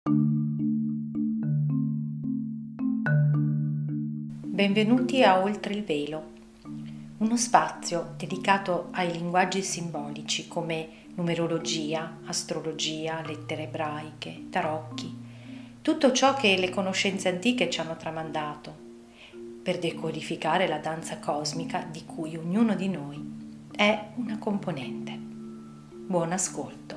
Benvenuti a Oltre il Velo, uno spazio dedicato ai linguaggi simbolici come numerologia, astrologia, lettere ebraiche, tarocchi, tutto ciò che le conoscenze antiche ci hanno tramandato, per decodificare la danza cosmica di cui ognuno di noi è una componente. Buon ascolto.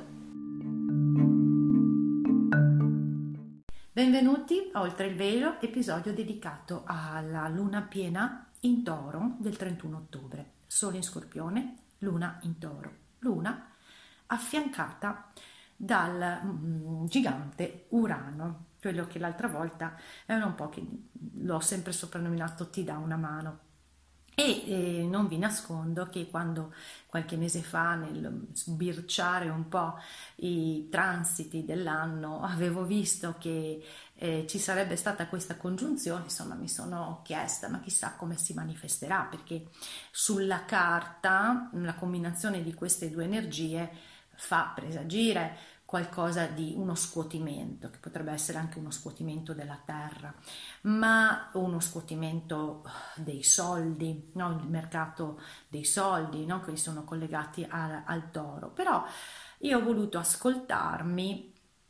Benvenuti a Oltre il Velo, episodio dedicato alla luna piena in Toro del 31 ottobre. Sole in Scorpione, luna in Toro. Luna affiancata dal gigante Urano, quello che l'altra volta è un po' che l'ho sempre soprannominato ti dà una mano. E non vi nascondo che quando qualche mese fa, nel sbirciare un po' i transiti dell'anno, avevo visto che ci sarebbe stata questa congiunzione, insomma mi sono chiesta ma chissà come si manifesterà, perché sulla carta la combinazione di queste due energie fa presagire qualcosa di uno scuotimento, che potrebbe essere anche uno scuotimento della terra, ma uno scuotimento dei soldi, no? Il mercato dei soldi, no? Che sono collegati al toro. Però io ho voluto ascoltarmi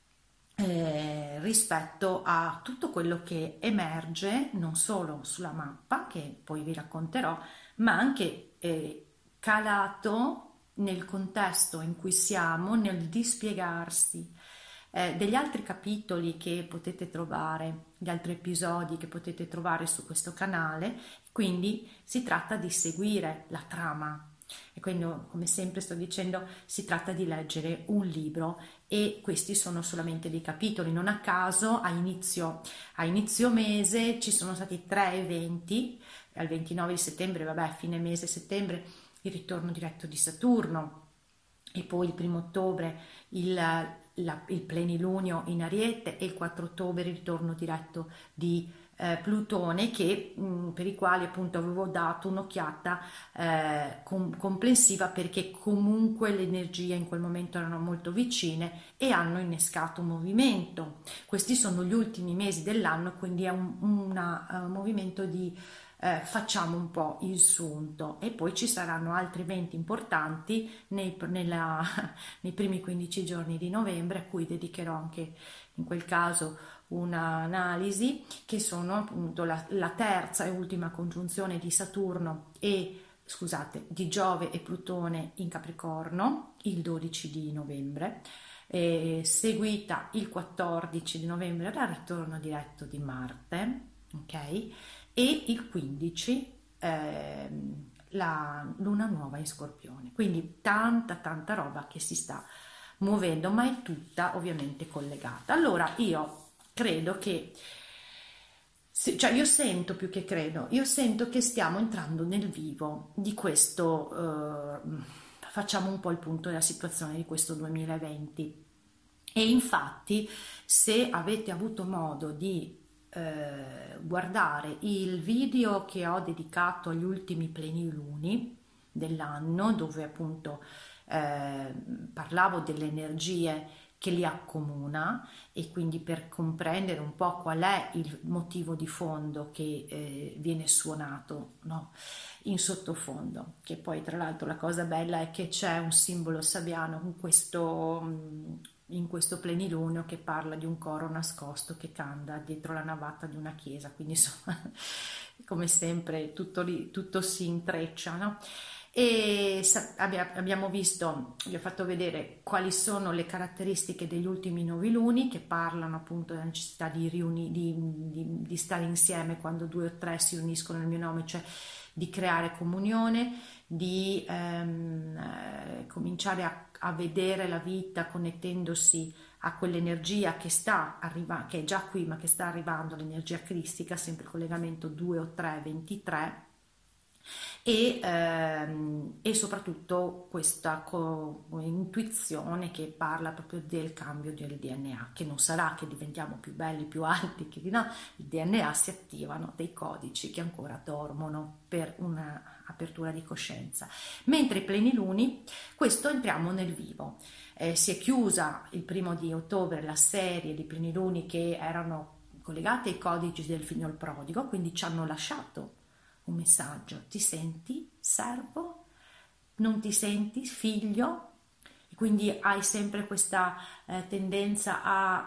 rispetto a tutto quello che emerge non solo sulla mappa, che poi vi racconterò, ma anche calato nel contesto in cui siamo, nel dispiegarsi degli altri capitoli che potete trovare, gli altri episodi che potete trovare su questo canale. Quindi si tratta di seguire la trama. E quindi, come sempre sto dicendo, si tratta di leggere un libro e questi sono solamente dei capitoli. Non a caso a inizio mese ci sono stati 3 eventi, al 29 di settembre, vabbè, fine mese settembre, il ritorno diretto di Saturno, e poi il 1° ottobre il plenilunio in Ariete, e il 4 ottobre il ritorno diretto di Plutone, per i quali appunto avevo dato un'occhiata complessiva, perché comunque le energie in quel momento erano molto vicine e hanno innescato un movimento. Questi sono gli ultimi mesi dell'anno, quindi è un movimento di facciamo un po' il sunto, e poi ci saranno altri eventi importanti nei primi 15 giorni di novembre, a cui dedicherò anche in quel caso un'analisi, che sono appunto la terza e ultima congiunzione di Saturno e di Giove e Plutone in Capricorno il 12 di novembre, seguita il 14 di novembre dal ritorno diretto di Marte, ok? E il 15 la luna nuova in Scorpione. Quindi tanta roba che si sta muovendo, ma è tutta ovviamente collegata. Allora io credo che, cioè io sento, più che credo, io sento che stiamo entrando nel vivo di questo, facciamo un po' il punto della situazione di questo 2020. E infatti, se avete avuto modo di guardare il video che ho dedicato agli ultimi pleniluni dell'anno, dove appunto parlavo delle energie che li accomuna, e quindi per comprendere un po' qual è il motivo di fondo che viene suonato, no? In sottofondo, che poi tra l'altro la cosa bella è che c'è un simbolo sabbiano in questo plenilunio, che parla di un coro nascosto che canta dietro la navata di una chiesa, quindi insomma come sempre tutto si intreccia, no? E abbiamo visto, vi ho fatto vedere quali sono le caratteristiche degli ultimi noviluni, che parlano appunto della necessità di stare insieme quando 2 o 3 si uniscono nel mio nome, cioè di creare comunione, di cominciare a vedere la vita connettendosi a quell'energia che che è già qui, ma che sta arrivando, l'energia cristica, sempre il collegamento 2 o 3, 23, e soprattutto questa intuizione che parla proprio del cambio del DNA, che non sarà che diventiamo più belli, più alti, che no, il DNA si attivano dei codici che ancora dormono per un'apertura di coscienza. Mentre i pleniluni, questo entriamo nel vivo. Si è chiusa il 1° ottobre la serie di pleniluni che erano collegate ai codici del figlio prodigo, quindi ci hanno lasciato un messaggio: ti senti servo? Non ti senti figlio? E quindi hai sempre questa tendenza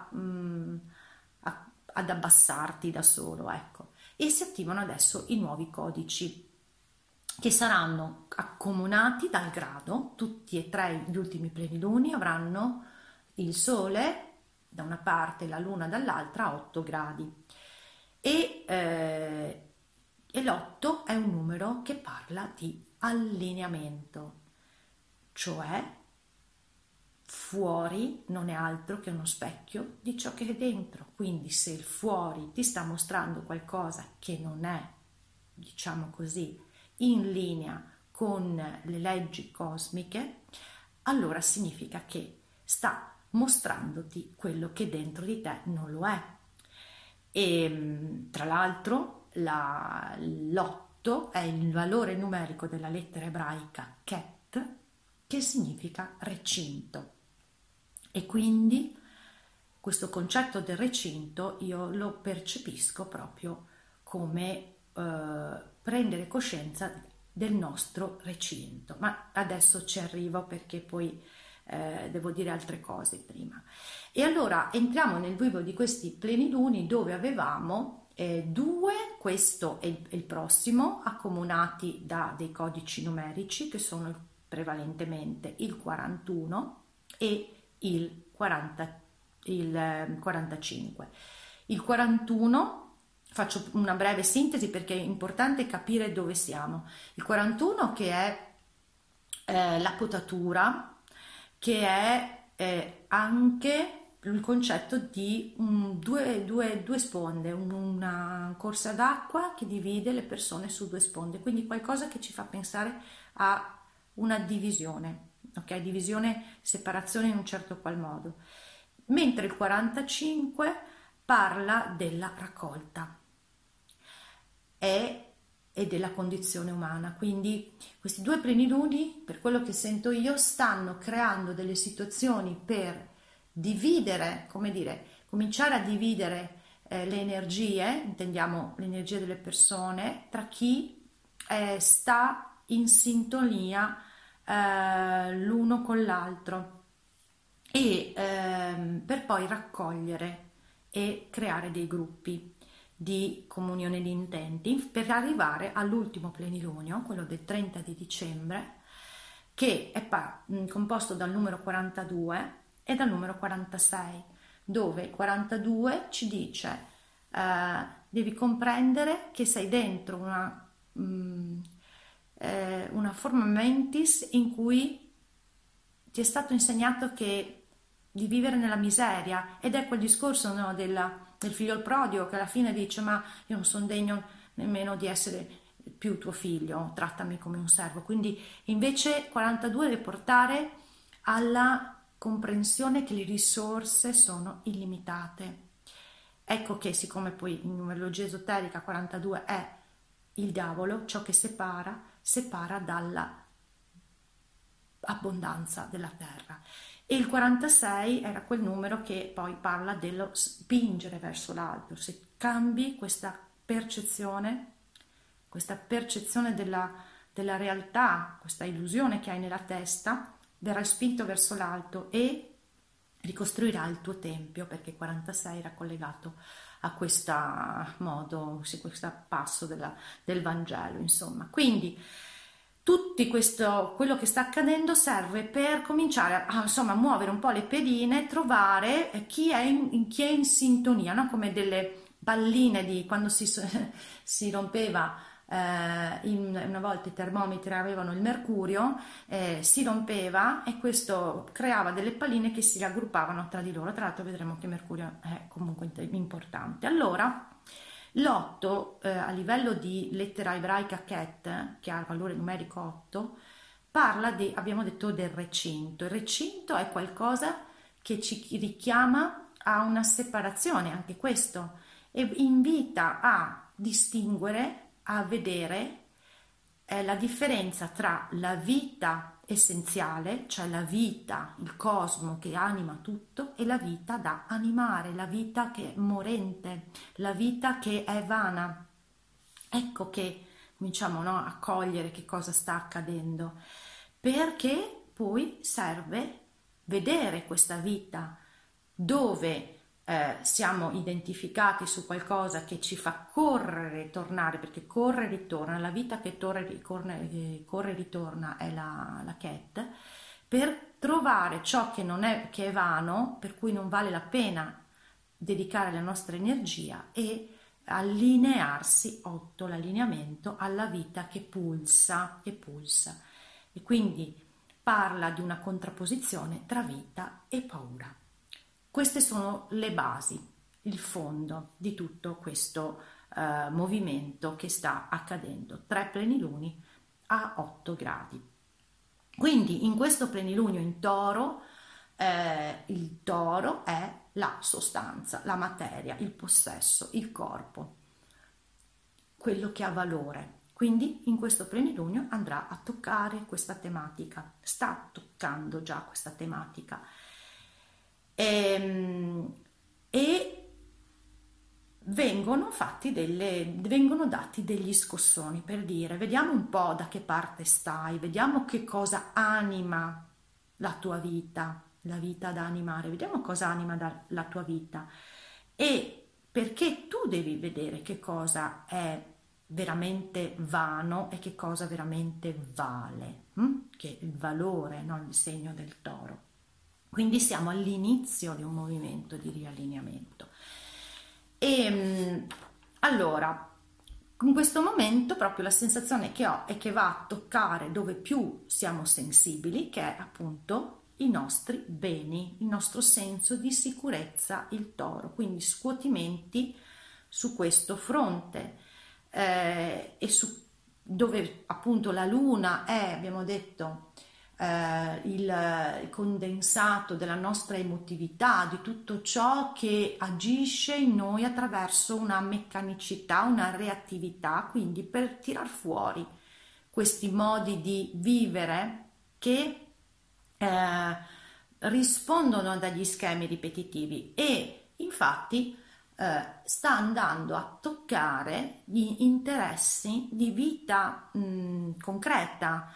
ad abbassarti da solo, ecco. E si attivano adesso i nuovi codici che saranno accomunati dal grado. Tutti e tre gli ultimi pleniluni avranno il Sole da una parte e la Luna dall'altra a 8 gradi. E l'8 è un numero che parla di allineamento, cioè fuori non è altro che uno specchio di ciò che è dentro. Quindi se il fuori ti sta mostrando qualcosa che non è, diciamo così, in linea con le leggi cosmiche, allora significa che sta mostrandoti quello che dentro di te non lo è. E tra l'altro l'8 è il valore numerico della lettera ebraica Ket, che significa recinto. E quindi questo concetto del recinto io lo percepisco proprio come prendere coscienza del nostro recinto. Ma adesso ci arrivo, perché poi devo dire altre cose prima. E allora entriamo nel vivo di questi pleniluni, dove avevamo due, questo e il prossimo, accomunati da dei codici numerici che sono prevalentemente il 41 e il 45. Il 41, faccio una breve sintesi perché è importante capire dove siamo. Il 41, che è la potatura, che è anche il concetto di due sponde, una corsa d'acqua che divide le persone su due sponde, quindi qualcosa che ci fa pensare a una divisione, ok? Divisione, separazione in un certo qual modo. Mentre il 45 parla della raccolta e della condizione umana. Quindi questi due pleniluni, per quello che sento io, stanno creando delle situazioni per dividere, come dire, cominciare a dividere le energie, intendiamo l'energia delle persone, tra chi sta in sintonia l'uno con l'altro, e per poi raccogliere e creare dei gruppi di comunione di intenti per arrivare all'ultimo plenilunio, quello del 30 di dicembre, che è composto dal numero 42 e dal numero 46, dove il 42 ci dice devi comprendere che sei dentro una forma mentis in cui ti è stato insegnato di vivere nella miseria, ed è quel discorso, no, del figlio prodigo, che alla fine dice: ma io non sono degno nemmeno di essere più tuo figlio, trattami come un servo. Quindi invece 42 deve portare alla comprensione che le risorse sono illimitate. Ecco che, siccome poi in numerologia esoterica 42 è il diavolo, ciò che separa dalla abbondanza della terra, e il 46 era quel numero che poi parla dello spingere verso l'alto. Se cambi questa percezione della realtà, questa illusione che hai nella testa, verrai spinto verso l'alto e ricostruirai il tuo tempio, perché 46 era collegato a questo modo, questo passo del Vangelo, insomma. Quindi quello che sta accadendo serve per cominciare a muovere un po' le pedine, trovare chi è in sintonia, no? Come delle palline di quando si rompeva. Una volta i termometri avevano il mercurio, si rompeva, e questo creava delle palline che si raggruppavano tra di loro. Tra l'altro vedremo che il mercurio è comunque importante. Allora L'8 a livello di lettera ebraica Ket, che ha il valore numerico 8, parla di, abbiamo detto, del recinto. Il recinto è qualcosa che ci richiama a una separazione, anche questo, e invita a distinguere, a vedere la differenza tra la vita essenziale, cioè la vita, il cosmo che anima tutto, e la vita da animare, la vita che è morente, la vita che è vana. Ecco che cominciamo, no, a cogliere che cosa sta accadendo, perché poi serve vedere questa vita dove siamo identificati su qualcosa che ci fa correre e tornare, perché corre e ritorna, la vita che corre e ritorna è la Ket, per trovare ciò che non è, che è vano, per cui non vale la pena dedicare la nostra energia, e allinearsi, 8, l'allineamento alla vita che pulsa, e quindi parla di una contrapposizione tra vita e paura. Queste sono le basi, il fondo di tutto questo movimento che sta accadendo. 3 pleniluni a 8 gradi. Quindi in questo plenilunio in Toro, il Toro è la sostanza, la materia, il possesso, il corpo, quello che ha valore. Quindi in questo plenilunio andrà a toccare questa tematica, sta toccando già questa tematica. E vengono dati degli scossoni per dire: vediamo un po' da che parte stai, vediamo che cosa anima la tua vita, la vita da animare, vediamo cosa anima la tua vita, e perché tu devi vedere che cosa è veramente vano e che cosa veramente vale, che è il valore, no? Il segno del Toro. Quindi siamo all'inizio di un movimento di riallineamento. E allora, in questo momento proprio la sensazione che ho è che va a toccare dove più siamo sensibili, che è appunto i nostri beni, il nostro senso di sicurezza, il Toro, quindi scuotimenti su questo fronte, e su dove appunto la Luna è, abbiamo detto, il condensato della nostra emotività, di tutto ciò che agisce in noi attraverso una meccanicità, una reattività, quindi per tirar fuori questi modi di vivere che rispondono dagli schemi ripetitivi, e infatti sta andando a toccare gli interessi di vita concreta,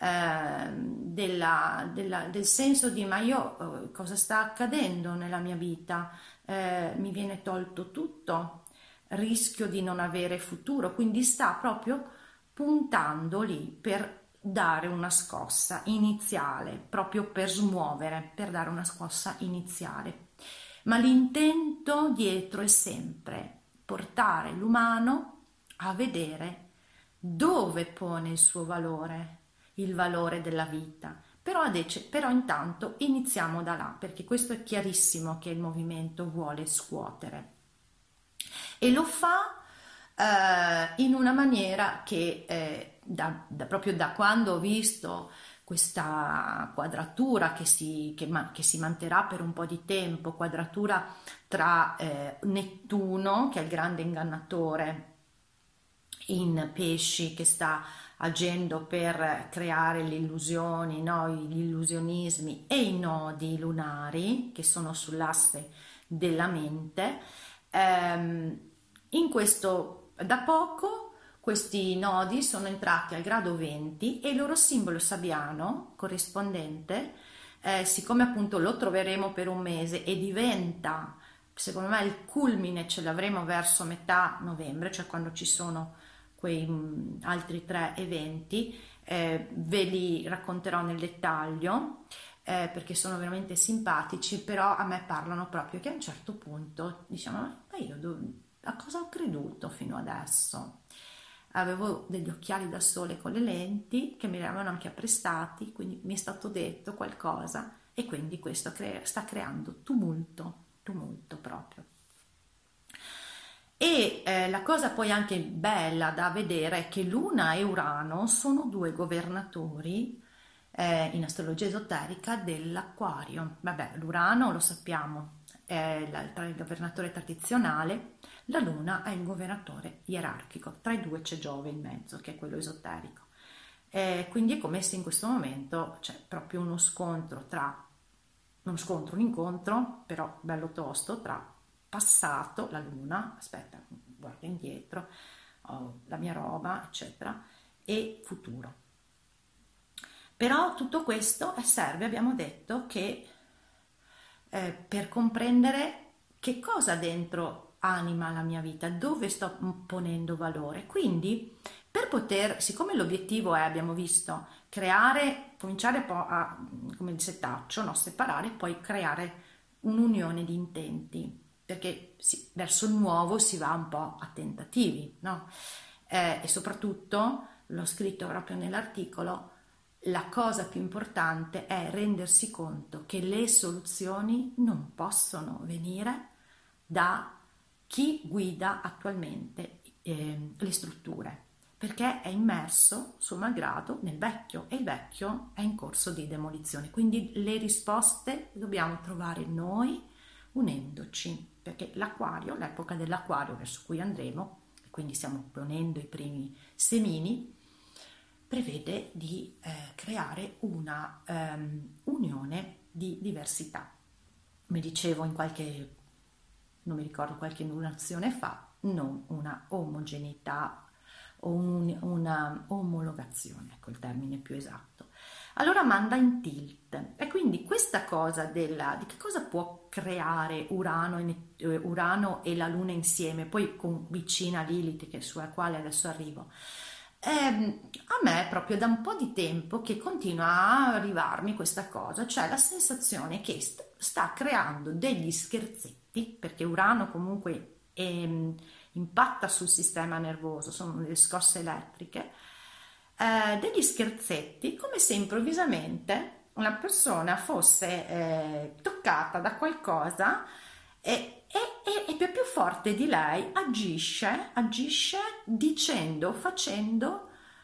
del senso di: ma io cosa sta accadendo nella mia vita? Mi viene tolto tutto, rischio di non avere futuro, quindi sta proprio puntando lì per dare una scossa iniziale, proprio per smuovere, per dare una scossa iniziale. Ma l'intento dietro è sempre portare l'umano a vedere dove pone il suo valore, il valore della vita. Però intanto iniziamo da là, perché questo è chiarissimo che il movimento vuole scuotere, e lo fa in una maniera che proprio da quando ho visto questa quadratura che si manterrà per un po' di tempo, quadratura tra Nettuno, che è il grande ingannatore in Pesci, che sta agendo per creare le illusioni, no? Gli illusionismi, e i nodi lunari che sono sull'asse della mente. In questo, da poco, questi nodi sono entrati al grado 20 e il loro simbolo sabbiano corrispondente, siccome appunto lo troveremo per un mese e diventa, secondo me, il culmine ce l'avremo verso metà novembre, cioè quando ci sono quei altri 3 eventi, ve li racconterò nel dettaglio, perché sono veramente simpatici, però a me parlano proprio che a un certo punto diciamo: ma io a cosa ho creduto fino adesso? Avevo degli occhiali da sole con le lenti che me li avevano anche apprestati, quindi mi è stato detto qualcosa, e quindi questo sta creando tumulto proprio. E E la cosa poi anche bella da vedere è che Luna e Urano sono due governatori in astrologia esoterica dell'Acquario. Vabbè, l'Urano lo sappiamo, è il governatore tradizionale, la Luna è il governatore ierarchico, tra i due c'è Giove in mezzo, che è quello esoterico. Quindi è come se in questo momento c'è proprio un incontro, però bello tosto, tra passato, la Luna, aspetta, guarda indietro, ho la mia roba, eccetera, e futuro. Però tutto questo serve, abbiamo detto, che per comprendere che cosa dentro anima la mia vita, dove sto ponendo valore. Quindi, per poter, siccome l'obiettivo è, abbiamo visto, cominciare poi a, come il setaccio, no? Separare e poi creare un'unione di intenti, perché verso il nuovo si va un po' a tentativi, no? E soprattutto, l'ho scritto proprio nell'articolo, la cosa più importante è rendersi conto che le soluzioni non possono venire da chi guida attualmente le strutture, perché è immerso, suo malgrado, nel vecchio e il vecchio è in corso di demolizione. Quindi le risposte dobbiamo trovare noi unendoci, perché l'Acquario, l'epoca dell'Acquario verso cui andremo, quindi stiamo ponendo i primi semini, prevede di creare una unione di diversità. Mi dicevo non mi ricordo, qualche nazione fa, non una omogeneità o una omologazione, ecco il termine più esatto. Allora manda in tilt, e quindi questa cosa di che cosa può creare Urano e la Luna insieme, poi con vicina Lilith, sulla quale adesso arrivo. A me proprio da un po' di tempo che continua a arrivarmi questa cosa, cioè la sensazione che sta creando degli scherzetti, perché Urano comunque impatta sul sistema nervoso, sono delle scosse elettriche, degli scherzetti, come se improvvisamente una persona fosse toccata da qualcosa e più forte di lei agisce dicendo, facendo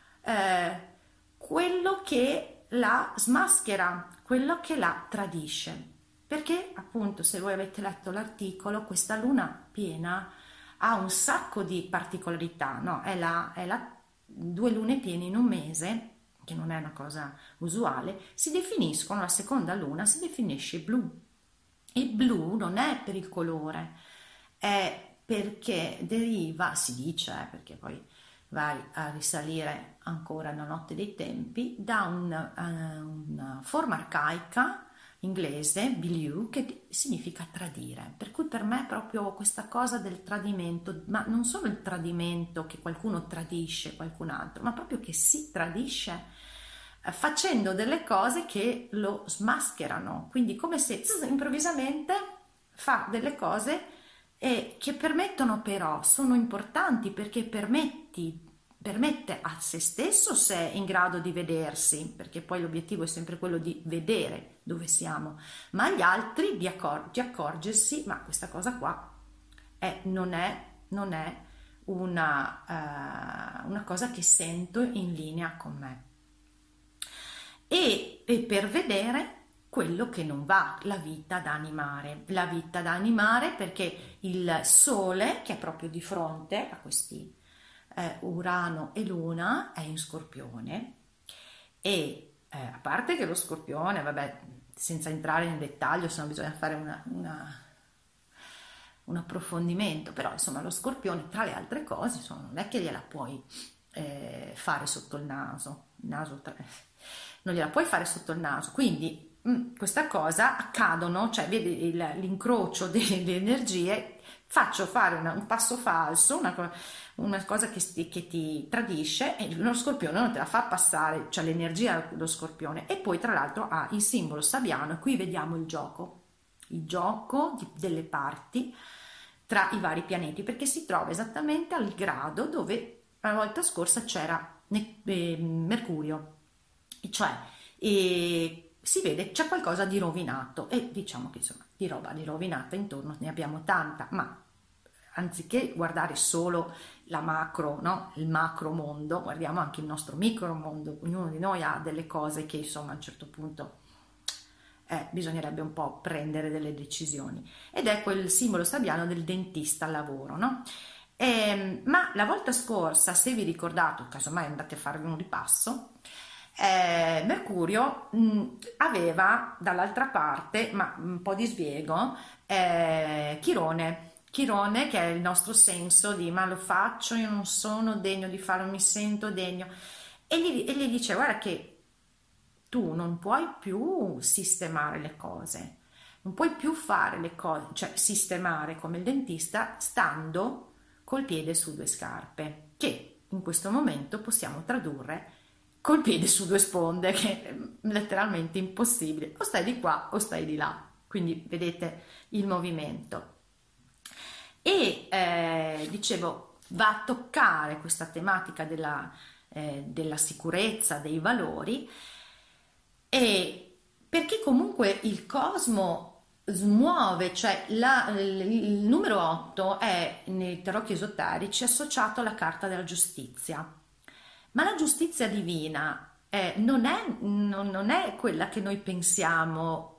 quello che la smaschera, quello che la tradisce. Perché appunto, se voi avete letto l'articolo, questa luna piena ha un sacco di particolarità, no? È la due lune piene in un mese, che non è una cosa usuale, si definiscono, la seconda luna si definisce blu. Il blu non è per il colore, è perché deriva, si dice, perché poi vai a risalire ancora alla notte dei tempi, da una forma arcaica inglese, biliu, che significa tradire. Per cui per me proprio questa cosa del tradimento, ma non solo il tradimento che qualcuno tradisce qualcun altro, ma proprio che si tradisce facendo delle cose che lo smascherano, quindi come se improvvisamente fa delle cose che permettono, però sono importanti perché permette a se stesso, se è in grado di vedersi, perché poi l'obiettivo è sempre quello di vedere dove siamo, ma agli altri di accorgersi, ma questa cosa qua non è una cosa che sento in linea con me. E per vedere quello che non va, la vita da animare, perché il Sole, che è proprio di fronte a questi Urano e Luna, è in Scorpione, e a parte che lo Scorpione, vabbè, senza entrare nel dettaglio, se no bisogna fare un approfondimento, però insomma lo Scorpione, tra le altre cose, insomma, non è che gliela puoi fare sotto il naso, non gliela puoi fare sotto il naso, quindi questa cosa accadono, cioè vedi l'incrocio delle energie, faccio fare un passo falso, una cosa che ti tradisce, e lo Scorpione non te la fa passare, cioè l'energia dello Scorpione, e poi tra l'altro ha il simbolo sabbiano, e qui vediamo il gioco delle parti tra i vari pianeti, perché si trova esattamente al grado dove la volta scorsa c'era Mercurio, cioè si vede c'è qualcosa di rovinato, e diciamo che insomma di roba di rovinata intorno ne abbiamo tanta, ma anziché guardare solo la macro, no? Il macro mondo, guardiamo anche il nostro micro mondo. Ognuno di noi ha delle cose che insomma a un certo punto bisognerebbe un po' prendere delle decisioni, ed è quel simbolo sabbiano del dentista al lavoro, no? Ma la volta scorsa, se vi ricordate, casomai andate a farvi un ripasso, Mercurio aveva dall'altra parte, ma un po' di sviego, Chirone, che è il nostro senso di ma lo faccio, io non sono degno di farlo, mi sento degno, e gli dice guarda che tu non puoi più sistemare le cose, non puoi più fare le cose, cioè sistemare come il dentista stando col piede su due scarpe, che in questo momento possiamo tradurre col piede su due sponde, che è letteralmente impossibile, o stai di qua o stai di là, quindi vedete il movimento. E dicevo, va a toccare questa tematica della sicurezza, dei valori, e perché comunque il cosmo smuove, cioè il numero 8 è nei tarocchi esoterici associato alla carta della giustizia, ma la giustizia divina non è quella che noi pensiamo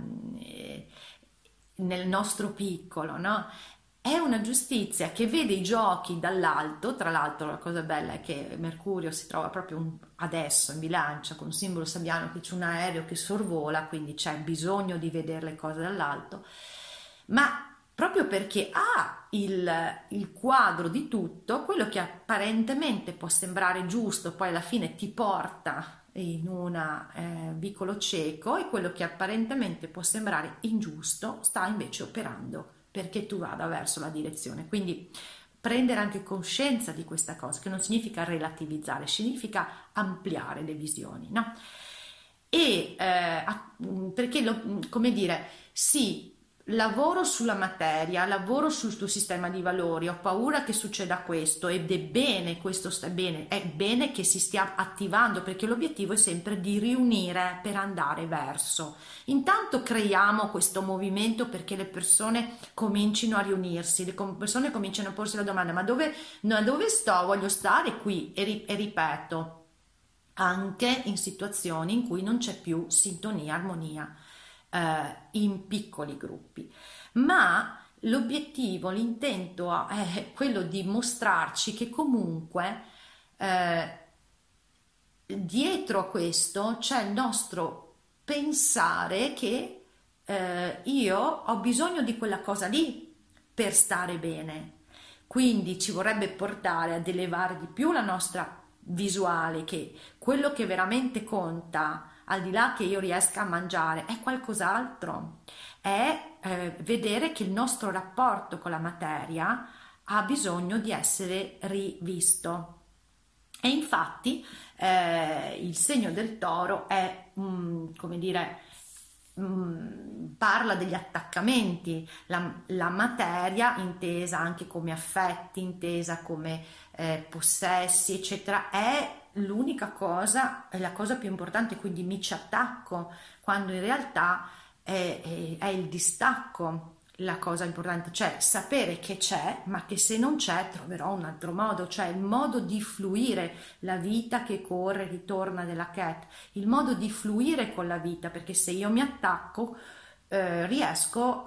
nel nostro piccolo, no? È una giustizia che vede i giochi dall'alto. Tra l'altro la cosa bella è che Mercurio si trova proprio adesso in bilancia con un simbolo sabbiano, che c'è un aereo che sorvola, quindi c'è bisogno di vedere le cose dall'alto, ma proprio perché ha il quadro di tutto, quello che apparentemente può sembrare giusto, poi alla fine ti porta in un vicolo cieco, e quello che apparentemente può sembrare ingiusto sta invece operando perché tu vada verso la direzione. Quindi prendere anche coscienza di questa cosa, che non significa relativizzare, significa ampliare le visioni, no? E perché, come dire, sì, lavoro sulla materia, lavoro sul tuo sistema di valori, ho paura che succeda questo, ed è bene, questo sta bene, è bene che si stia attivando, perché l'obiettivo è sempre di riunire per andare verso. Intanto creiamo questo movimento perché le persone comincino a riunirsi, le persone cominciano a porsi la domanda: ma dove sto? Voglio stare qui, e ripeto, anche in situazioni in cui non c'è più sintonia, armonia, in piccoli gruppi, ma l'obiettivo, l'intento è quello di mostrarci che comunque dietro a questo c'è il nostro pensare che io ho bisogno di quella cosa lì per stare bene, quindi ci vorrebbe portare ad elevare di più la nostra visuale, che quello che veramente conta, al di là che io riesca a mangiare, è qualcos'altro, è vedere che il nostro rapporto con la materia ha bisogno di essere rivisto. E infatti il segno del toro è, come dire, parla degli attaccamenti, la materia intesa anche come affetti, intesa come possessi, eccetera, è l'unica cosa, è la cosa più importante, quindi mi ci attacco, quando in realtà è il distacco la cosa importante, cioè sapere che c'è, ma che se non c'è troverò un altro modo, cioè il modo di fluire, la vita che corre, ritorna della Cat, il modo di fluire con la vita, perché se io mi attacco riesco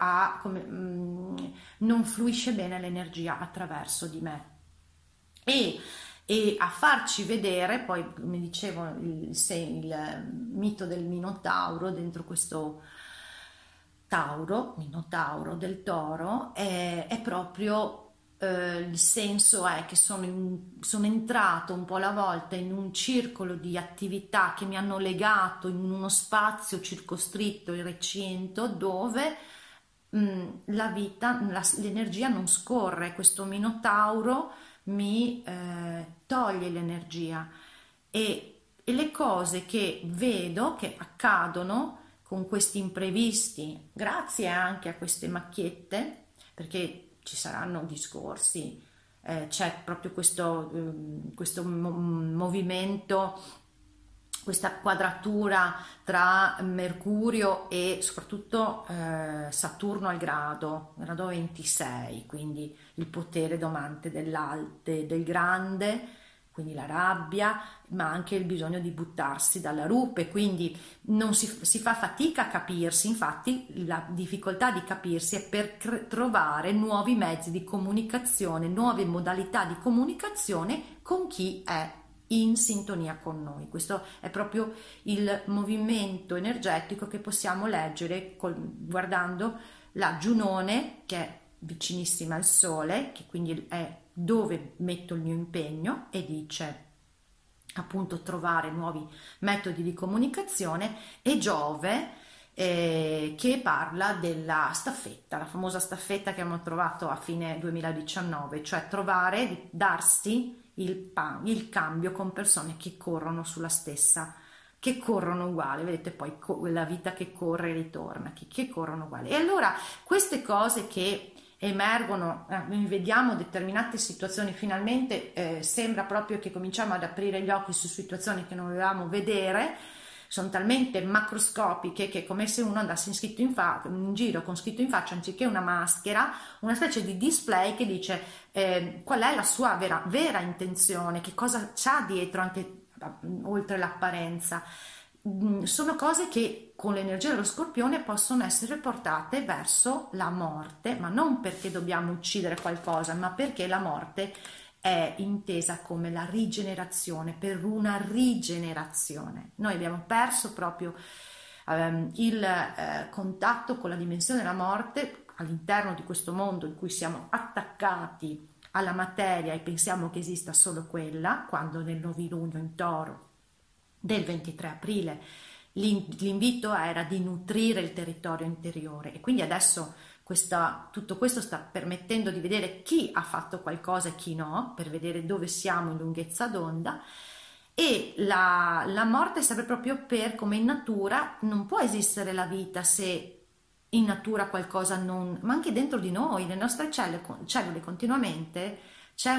non fluisce bene l'energia attraverso di me, e a farci vedere, poi come dicevo, il mito del Minotauro dentro questo Minotauro del Toro, è proprio il senso è che sono entrato un po' alla volta in un circolo di attività che mi hanno legato in uno spazio circoscritto e recinto, dove la vita, l'energia non scorre. Questo Minotauro mi toglie l'energia, e le cose che vedo che accadono con questi imprevisti, grazie anche a queste macchiette, perché ci saranno discorsi, c'è proprio questo movimento questa quadratura tra Mercurio e soprattutto Saturno al grado 26, quindi il potere domante dell'alte, del grande, quindi la rabbia, ma anche il bisogno di buttarsi dalla rupe, quindi non si fa fatica a capirsi, infatti la difficoltà di capirsi è per trovare nuovi mezzi di comunicazione, nuove modalità di comunicazione con chi è in sintonia con noi. Questo è proprio il movimento energetico che possiamo leggere guardando la Giunone, che è vicinissima al Sole, che quindi è dove metto il mio impegno, e dice appunto trovare nuovi metodi di comunicazione, e Giove che parla della staffetta, la famosa staffetta che abbiamo trovato a fine 2019, cioè trovare, darsi il cambio con persone che corrono sulla stessa, che corrono uguale, vedete poi la vita che corre e ritorna, che corrono uguale. E allora queste cose che emergono, vediamo determinate situazioni, finalmente sembra proprio che cominciamo ad aprire gli occhi su situazioni che non volevamo vedere, sono talmente macroscopiche che è come se uno andasse in giro con scritto in faccia, anziché una maschera, una specie di display che dice qual è la sua vera intenzione, che cosa c'ha dietro anche oltre l'apparenza. Sono cose che con l'energia dello Scorpione possono essere portate verso la morte, ma non perché dobbiamo uccidere qualcosa, ma perché la morte è intesa come la rigenerazione, per una rigenerazione. Noi abbiamo perso proprio il contatto con la dimensione della morte all'interno di questo mondo in cui siamo attaccati alla materia e pensiamo che esista solo quella, quando nel novilunio in Toro del 23 aprile l'invito era di nutrire il territorio interiore, e quindi adesso tutto questo sta permettendo di vedere chi ha fatto qualcosa e chi no, per vedere dove siamo in lunghezza d'onda. E la morte serve proprio per, come in natura non può esistere la vita se in natura qualcosa non, ma anche dentro di noi, le nostre cellule continuamente c'è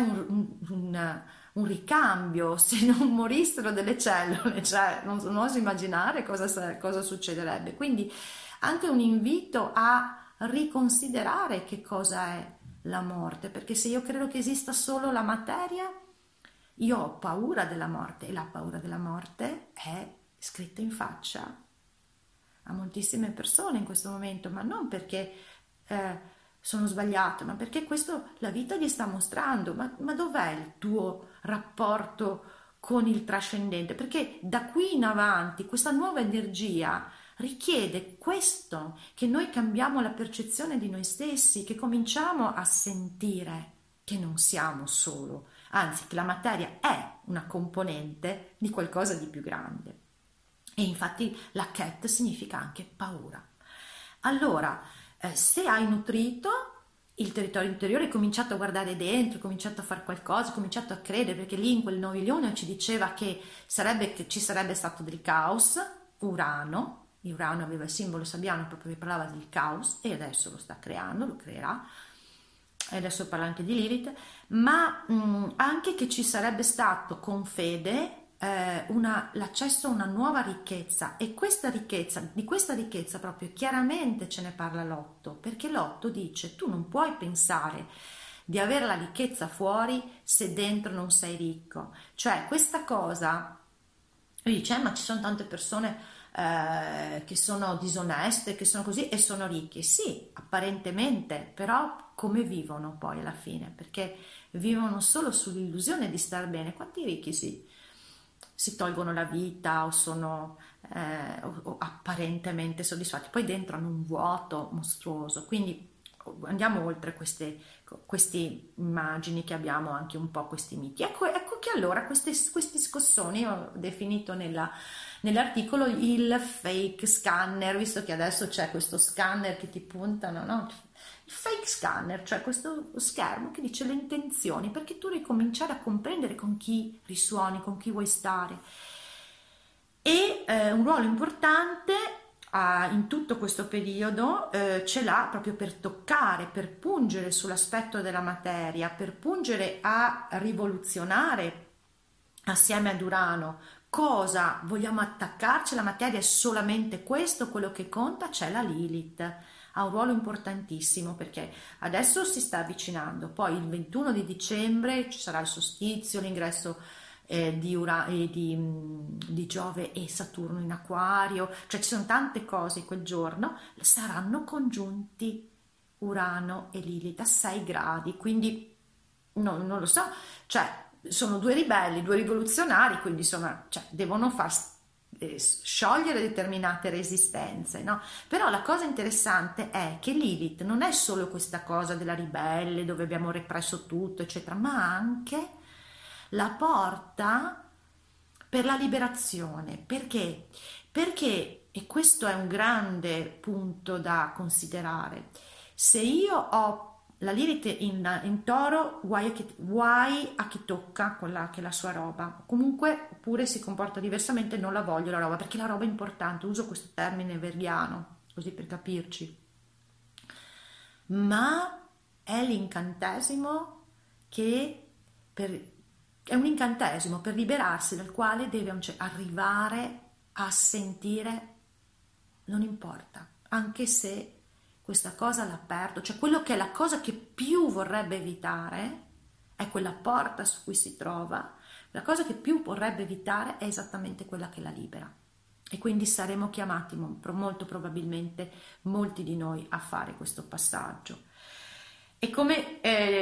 un ricambio. Se non morissero delle cellule, cioè non oso immaginare cosa succederebbe. Quindi anche un invito a riconsiderare che cosa è la morte, perché se io credo che esista solo la materia, io ho paura della morte, e la paura della morte è scritta in faccia a moltissime persone in questo momento, ma non perché sono sbagliate, ma perché questo la vita gli sta mostrando. Ma dov'è il tuo rapporto con il trascendente? Perché da qui in avanti questa nuova energia richiede questo, che noi cambiamo la percezione di noi stessi, che cominciamo a sentire che non siamo solo, anzi che la materia è una componente di qualcosa di più grande. E infatti la Ket significa anche paura. Allora, se hai nutrito il territorio interiore, hai cominciato a guardare dentro, hai cominciato a fare qualcosa, hai cominciato a credere, perché lì in quel novilunio ci diceva che ci sarebbe stato del caos. Urano aveva il simbolo sabbiano proprio che parlava del caos, e adesso lo sta creando, lo creerà, e adesso parla anche di Lilith, ma anche che ci sarebbe stato con fede l'accesso a una nuova ricchezza, e di questa ricchezza proprio chiaramente ce ne parla l'otto, perché l'otto dice: tu non puoi pensare di avere la ricchezza fuori se dentro non sei ricco. Cioè questa cosa, lui dice ma ci sono tante persone che sono disoneste, che sono così e sono ricche. Sì, apparentemente, però come vivono poi alla fine? Perché vivono solo sull'illusione di star bene. Quanti ricchi si tolgono la vita o sono o apparentemente soddisfatti, poi dentro hanno un vuoto mostruoso. Quindi andiamo oltre queste immagini che abbiamo, anche un po' questi miti. Ecco che allora questi scossoni ho definito nell'articolo il fake scanner, visto che adesso c'è questo scanner che ti puntano, no? Il fake scanner, cioè questo schermo che dice le intenzioni, perché tu devi cominciare a comprendere con chi risuoni, con chi vuoi stare. E un ruolo importante in tutto questo periodo ce l'ha proprio per toccare, per pungere sull'aspetto della materia, per pungere a rivoluzionare assieme ad Urano cosa vogliamo attaccarci, la materia è solamente questo, quello che conta, c'è la Lilith, ha un ruolo importantissimo perché adesso si sta avvicinando, poi il 21 di dicembre ci sarà il solstizio, l'ingresso di Giove e Saturno in Acquario, cioè ci sono tante cose quel giorno, saranno congiunti Urano e Lilith a 6 gradi, quindi non lo so, cioè sono due ribelli, due rivoluzionari, quindi insomma, cioè, devono far sciogliere determinate resistenze, no? Però la cosa interessante è che Lilith non è solo questa cosa della ribelle dove abbiamo represso tutto, eccetera, ma anche la porta per la liberazione. Perché? Perché, e questo è un grande punto da considerare, se io ho la Lilith in toro, guai a chi tocca quella che è la sua roba. Comunque, oppure si comporta diversamente, non la voglio la roba, perché la roba è importante, uso questo termine verbiano, così per capirci. Ma è l'incantesimo che è un incantesimo per liberarsi dal quale deve arrivare a sentire non importa, anche se questa cosa l'ha perdo, cioè quello che è la cosa che più vorrebbe evitare è quella porta su cui si trova, la cosa che più vorrebbe evitare è esattamente quella che la libera. E quindi saremo chiamati molto probabilmente molti di noi a fare questo passaggio. E come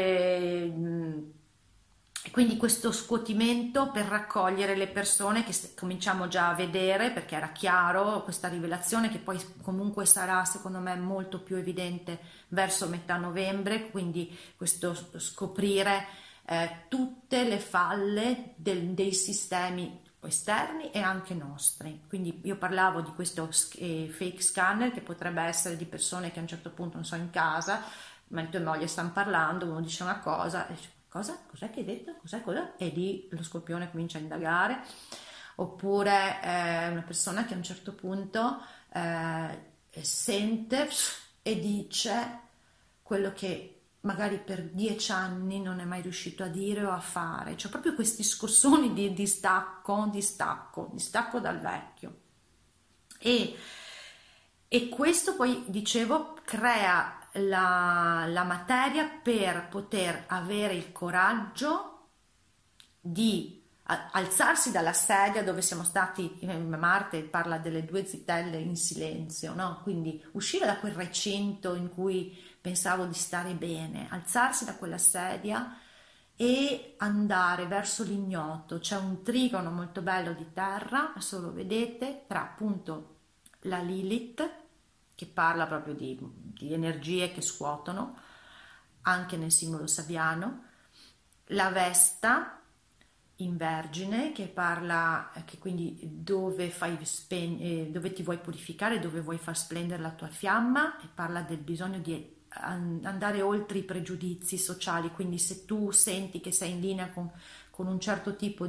quindi questo scuotimento per raccogliere le persone che cominciamo già a vedere, perché era chiaro questa rivelazione che poi comunque sarà secondo me molto più evidente verso metà novembre, quindi questo scoprire tutte le falle dei sistemi esterni e anche nostri. Quindi io parlavo di questo fake scanner che potrebbe essere di persone che a un certo punto non so in casa, marito e moglie stanno parlando, uno dice una cosa e dice cosa? Cos'è che hai detto? Cos'è? E lì lo scorpione comincia a indagare. Oppure una persona che a un certo punto sente e dice quello che magari per 10 anni non è mai riuscito a dire o a fare. Cioè proprio questi scossoni di distacco dal vecchio. E questo poi, dicevo, crea la materia per poter avere il coraggio di alzarsi dalla sedia dove siamo stati. Marte parla delle due zitelle in silenzio, no? Quindi uscire da quel recinto in cui pensavo di stare bene, alzarsi da quella sedia e andare verso l'ignoto. C'è un trigono molto bello di terra, adesso lo vedete, tra appunto la Lilith, che parla proprio di energie che scuotono, anche nel simbolo sabbiano, la Vesta in Vergine, che parla, che quindi dove ti vuoi purificare, dove vuoi far splendere la tua fiamma, e parla del bisogno di andare oltre i pregiudizi sociali, quindi se tu senti che sei in linea con un certo tipo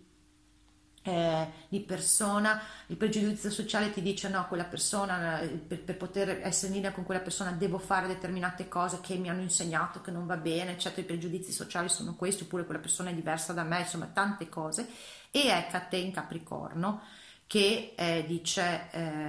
di persona, il pregiudizio sociale ti dice no, quella persona, per poter essere in linea con quella persona devo fare determinate cose che mi hanno insegnato che non va bene, eccetera, i pregiudizi sociali sono questi, oppure quella persona è diversa da me, insomma tante cose. E Ecate in Capricorno che dice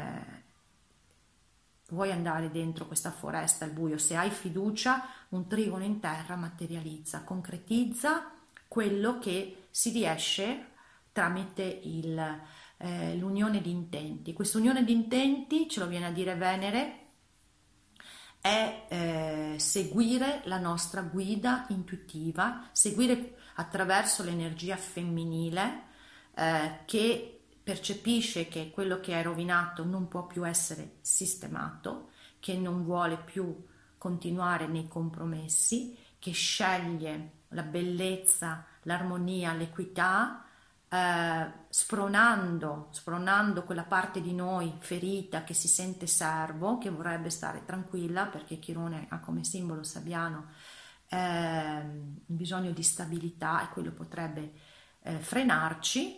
vuoi andare dentro questa foresta al buio, se hai fiducia un trigono in terra materializza, concretizza quello che si riesce tramite l'unione di intenti. Questa unione di intenti, ce lo viene a dire Venere, è seguire la nostra guida intuitiva, seguire attraverso l'energia femminile che percepisce che quello che è rovinato non può più essere sistemato, che non vuole più continuare nei compromessi, che sceglie la bellezza, l'armonia, l'equità, spronando quella parte di noi ferita che si sente servo, che vorrebbe stare tranquilla, perché Chirone ha come simbolo sabbiano bisogno di stabilità e quello potrebbe frenarci.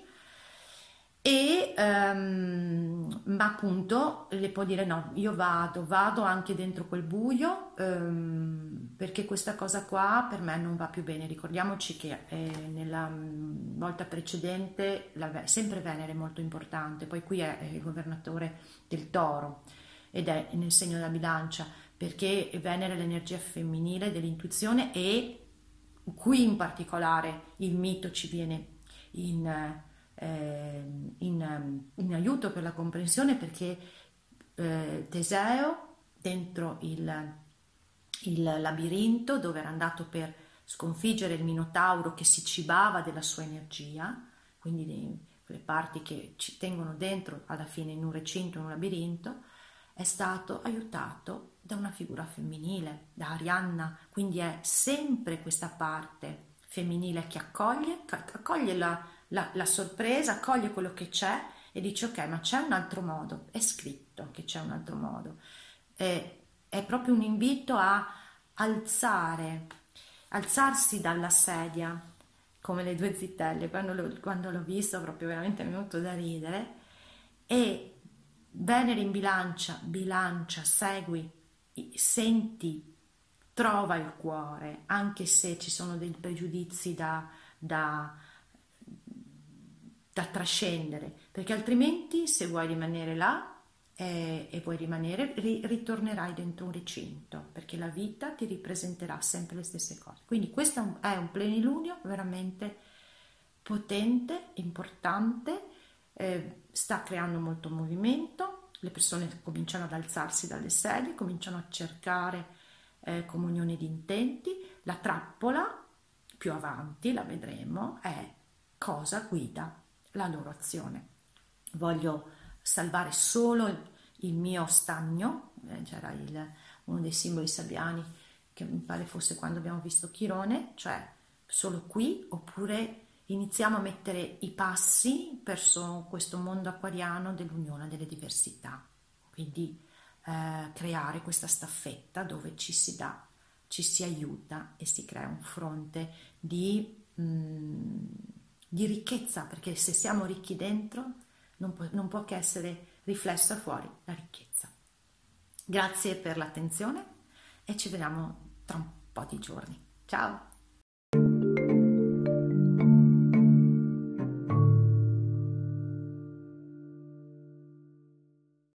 Ma appunto le può dire no, io vado anche dentro quel buio, perché questa cosa qua per me non va più bene. Ricordiamoci che nella volta precedente sempre Venere è molto importante, poi qui è il governatore del Toro ed è nel segno della Bilancia, perché Venere è l'energia femminile dell'intuizione e qui in particolare il mito ci viene in aiuto per la comprensione, perché Teseo dentro il labirinto dove era andato per sconfiggere il Minotauro che si cibava della sua energia, quindi quelle parti che ci tengono dentro alla fine in un recinto, in un labirinto, è stato aiutato da una figura femminile, da Arianna, quindi è sempre questa parte femminile che accoglie la sorpresa, accoglie quello che c'è e dice ok, ma c'è un altro modo, è scritto che c'è un altro modo. È proprio un invito a alzarsi dalla sedia, come le due zitelle, quando l'ho visto proprio veramente mi è venuto da ridere, e Venere in bilancia, segui, senti, trova il cuore, anche se ci sono dei pregiudizi da trascendere, perché altrimenti se vuoi rimanere là e vuoi rimanere, ritornerai dentro un recinto, perché la vita ti ripresenterà sempre le stesse cose. Quindi questo è un plenilunio veramente potente, importante, sta creando molto movimento, le persone cominciano ad alzarsi dalle sedie, cominciano a cercare comunione di intenti, la trappola più avanti, la vedremo, è cosa guida la loro azione. Voglio salvare solo il mio stagno, c'era uno dei simboli sabbiani che mi pare fosse quando abbiamo visto Chirone, cioè solo qui, oppure iniziamo a mettere i passi verso questo mondo acquariano dell'unione delle diversità, quindi creare questa staffetta dove ci si dà, ci si aiuta e si crea un fronte di ricchezza, perché se siamo ricchi dentro non può che essere riflessa fuori la ricchezza. Grazie per l'attenzione e ci vediamo tra un po' di giorni. Ciao!